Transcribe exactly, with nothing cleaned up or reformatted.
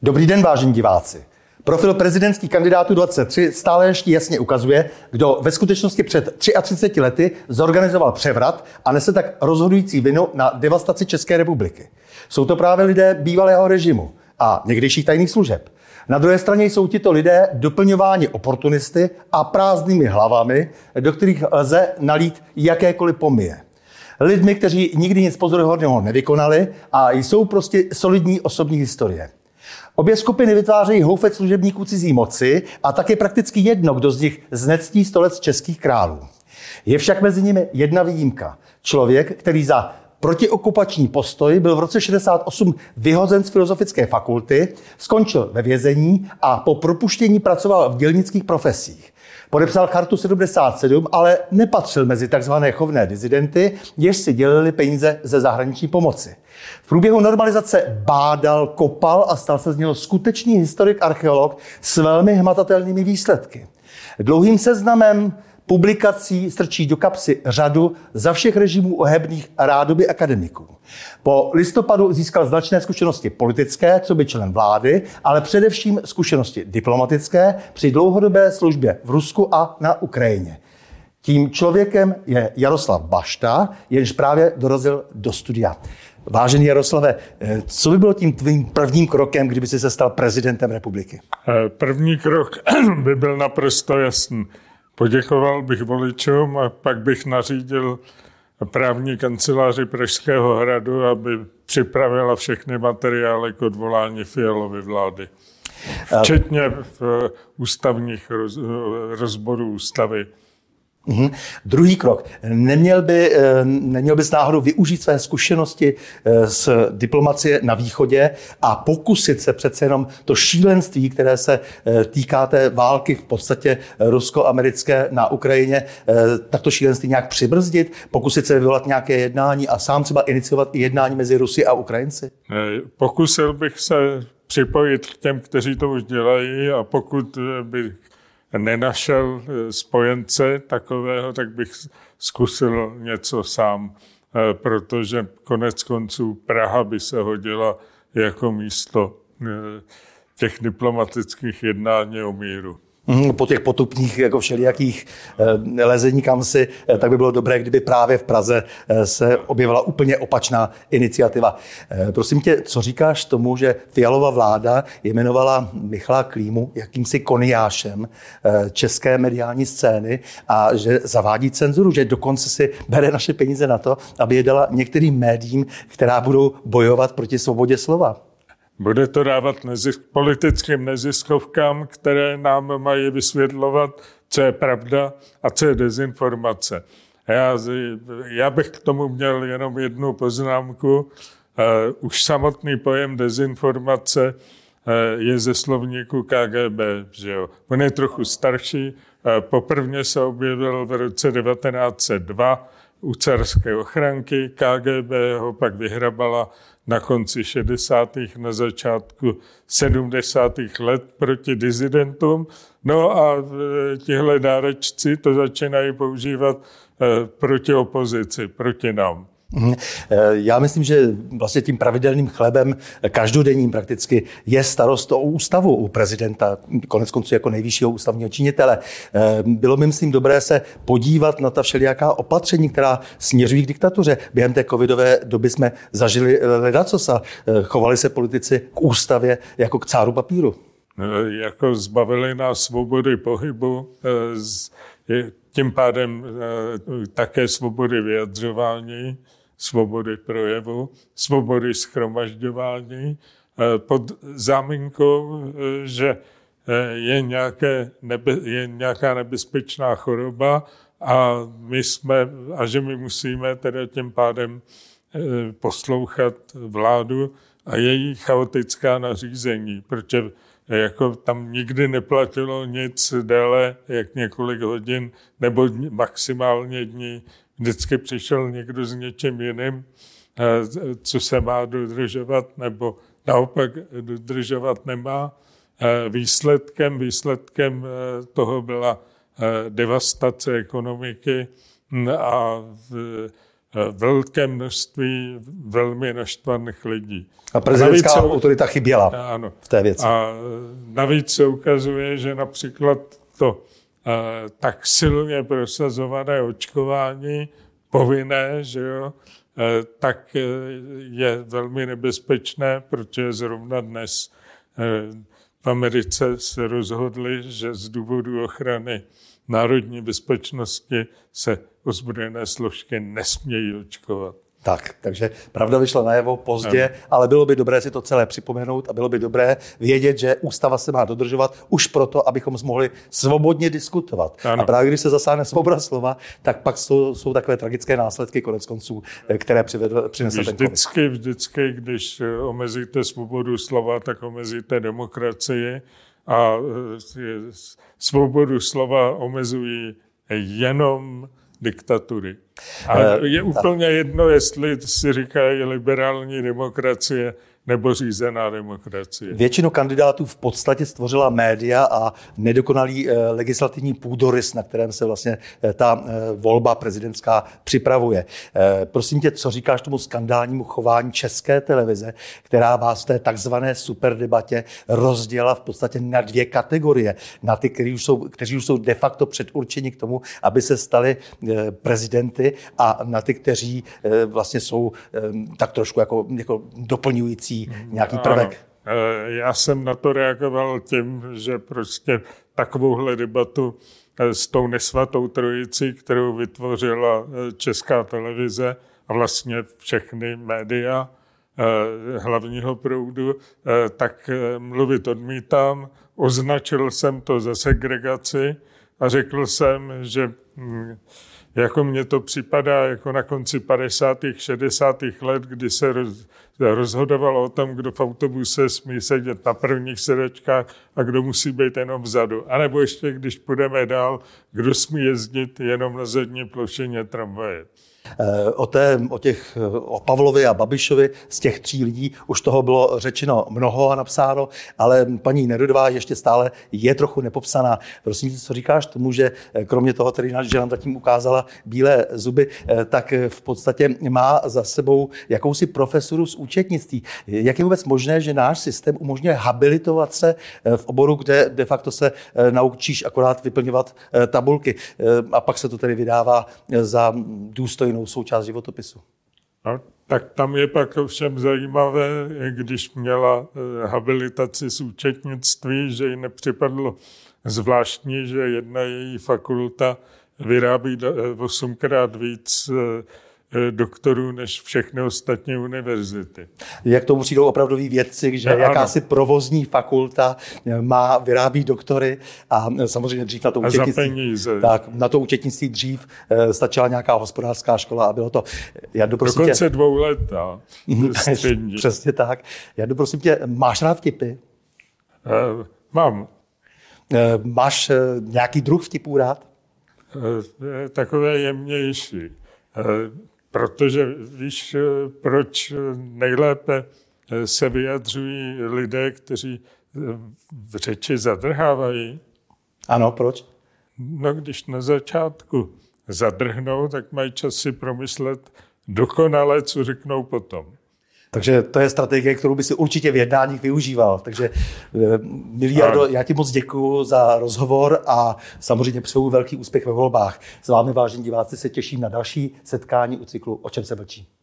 Dobrý den, vážení diváci. Profil prezidentských kandidátů dvacet tři stále ještě jasně ukazuje, kdo ve skutečnosti před třiceti třemi lety zorganizoval převrat a nese tak rozhodující vinu na devastaci České republiky. Jsou to právě lidé bývalého režimu a někdejších tajných služeb. Na druhé straně jsou tito lidé doplňováni oportunisty a prázdnými hlavami, do kterých lze nalít jakékoliv pomije. Lidmi, kteří nikdy nic pozoruhodného nevykonali a jsou prostě solidní osobní historie. Obě skupiny vytvářejí houfec služebníků cizí moci a tak je prakticky jedno, kdo z nich znectí stolec českých králů. Je však mezi nimi jedna výjimka. Člověk, který za protiokupační postoj byl v roce šedesát osm vyhozen z filozofické fakulty, skončil ve vězení a po propuštění pracoval v dělnických profesích. Podepsal chartu sedmdesát sedm, ale nepatřil mezi tzv. Chovné dizidenty, jež si dělili peníze ze zahraniční pomoci. V průběhu normalizace bádal, kopal a stal se z něho skutečný historik-archeolog s velmi hmatatelnými výsledky. Dlouhým seznamem publikací strčí do kapsy řadu za všech režimů ohebných rádoby akademiků. Po listopadu získal značné zkušenosti politické, co by člen vlády, ale především zkušenosti diplomatické při dlouhodobé službě v Rusku a na Ukrajině. Tím člověkem je Jaroslav Bašta, jenž právě dorazil do studia. Vážený Jaroslave, co by bylo tím tvým prvním krokem, kdyby jsi se stal prezidentem republiky? První krok by byl naprosto jasný. Poděkoval bych voličům a pak bych nařídil právní kanceláři Pražského hradu, aby připravila všechny materiály k odvolání Fialovy vlády. Včetně v ústavních roz, rozborů ústavy. Uhum. Druhý krok. Neměl, by, neměl bys náhodou využít své zkušenosti z diplomacie na východě a pokusit se přece jenom to šílenství, které se týká té války v podstatě rusko-americké na Ukrajině, tak to šílenství nějak přibrzdit, pokusit se vyvolat nějaké jednání a sám třeba iniciovat i jednání mezi Rusy a Ukrajinci? Pokusil bych se připojit k těm, kteří to už dělají, a pokud bych nenašel spojence takového, tak bych zkusil něco sám, protože konec konců Praha by se hodila jako místo těch diplomatických jednání o míru. Po těch potupních jako všelijakých lezení kamsi, tak by bylo dobré, kdyby právě v Praze se objevila úplně opačná iniciativa. Prosím tě, co říkáš tomu, že Fialova vláda jmenovala Michala Klímu jakýmsi koniášem české mediální scény a že zavádí cenzuru, že dokonce si bere naše peníze na to, aby je dala některým médiím, která budou bojovat proti svobodě slova? Bude to dávat nezisk, politickým neziskovkám, které nám mají vysvětlovat, co je pravda a co je dezinformace. Já, já bych k tomu měl jenom jednu poznámku. Uh, už samotný pojem dezinformace uh, je ze slovníku K G B. Že jo? On je trochu starší. Uh, poprvně se objevil v roce devatenáct set dva u carské ochranky. K G B ho pak vyhrabala na konci šedesátých na začátku sedmdesátých let proti disidentům. No a tihle dárečci to začínají používat proti opozici, proti nám. Já myslím, že vlastně tím pravidelným chlebem, každodenním prakticky, je starost o ústavu u prezidenta, konec konců jako nejvyššího ústavního činitele. Bylo by, myslím, dobré se podívat na ta všelijaká opatření, která směřují k diktatuře. Během té covidové doby jsme zažili ledacosa. Chovali se politici k ústavě jako k cáru papíru. Jako zbavili nás svobody pohybu, tím pádem také svobody vyjadřování, svobody projevu, svobody shromažďování pod záminkou, že je, nějaké nebe, je nějaká nebezpečná choroba a my jsme, a že my musíme teda tím pádem poslouchat vládu a její chaotická nařízení, protože jako tam nikdy neplatilo nic déle jak několik hodin nebo maximálně dní. Vždycky přišel někdo s něčím jiným, co se má dodržovat nebo naopak dodržovat nemá. Výsledkem, výsledkem toho byla devastace ekonomiky a velké množství velmi naštvaných lidí. A prezidentská a autorita chyběla ano. v té věci. A navíc se ukazuje, že například to tak silně prosazované očkování, povinné, že jo, tak je velmi nebezpečné, protože zrovna dnes v Americe se rozhodli, že z důvodu ochrany národní bezpečnosti se ozbrojené složky nesmějí očkovat. Tak, takže pravda vyšla najevo pozdě, ano. Ale bylo by dobré si to celé připomenout a bylo by dobré vědět, že ústava se má dodržovat už proto, abychom mohli svobodně diskutovat. Ano. A právě když se zasáhne svoboda slova, tak pak jsou, jsou takové tragické následky konec konců, které přivedl, přinesl ten covid. Vždycky, vždycky, když omezíte svobodu slova, tak omezíte demokracii a svobodu slova omezují jenom diktatury. A je úplně jedno, jestli si říkají liberální demokracie nebo řízená demokracie. Většinu kandidátů v podstatě stvořila média a nedokonalý legislativní půdorys, na kterém se vlastně ta volba prezidentská připravuje. Prosím tě, co říkáš tomu skandálnímu chování České televize, která vás v té takzvané superdebatě rozdělila v podstatě na dvě kategorie. Na ty, kteří už jsou, kteří už jsou de facto předurčeni k tomu, aby se stali prezidenty, a na ty, kteří vlastně jsou tak trošku jako, jako doplňující nějaký prvek. Ano. Já jsem na to reagoval tím, že prostě takovouhle debatu s tou nesvatou trojicí, kterou vytvořila Česká televize a vlastně všechny média hlavního proudu, tak mluvit odmítám. Označil jsem to za segregaci a řekl jsem, že jako mně to připadá jako na konci padesátých, šedesátých let, kdy se roz, rozhodovalo o tom, kdo v autobuse smí sedět na prvních sedačkách a kdo musí být jenom vzadu. A nebo ještě, když půjdeme dál, kdo smí jezdit jenom na zadní plošině tramvaje. O, té, o těch, o Pavlovi a Babišovi z těch tří lidí už toho bylo řečeno mnoho a napsáno, ale paní Nerudová ještě stále je trochu nepopsaná. Prosím tě, co říkáš tomu, že kromě toho, tedy, že nám zatím ukázala bílé zuby, tak v podstatě má za sebou jakousi profesuru z účetnictví. Jak je vůbec možné, že náš systém umožňuje habilitovat se v oboru, kde de facto se naučíš akorát vyplňovat tabulky a pak se to tedy vydává za důstojnou součást životopisu? No, tak tam je pak ovšem zajímavé, když měla habilitaci z účetnictví, že jí nepřipadlo zvláštní, že jedna její fakulta vyrábí osmkrát víc doktorů než všechny ostatní univerzity. Jak tomu přijdou opravdoví vědci, že no, jakási provozní fakulta má, vyrábí doktory a samozřejmě dřív na to účetnictví. Tak, na to účetnictví dřív stačila nějaká hospodářská škola a bylo to. Jardo, prosím Dokonce tě, dvou let. Střední. Přesně tak. Jardo, prosím tě, máš rád vtipy? Uh, mám. Uh, máš uh, nějaký druh vtipů rád? Uh, takové jemnější. Uh, Protože víš, proč nejlépe se vyjadřují lidé, kteří v řeči zadrhávají? Ano, proč? No, když na začátku zadrhnou, tak mají čas si promyslet dokonale, co řeknou potom. Takže to je strategie, kterou by si určitě v jednáních využíval. Takže, milý Jardo, já ti moc děkuju za rozhovor a samozřejmě přeju velký úspěch ve volbách. S vámi, vážení diváci, se těším na další setkání u cyklu O čem se mlčí.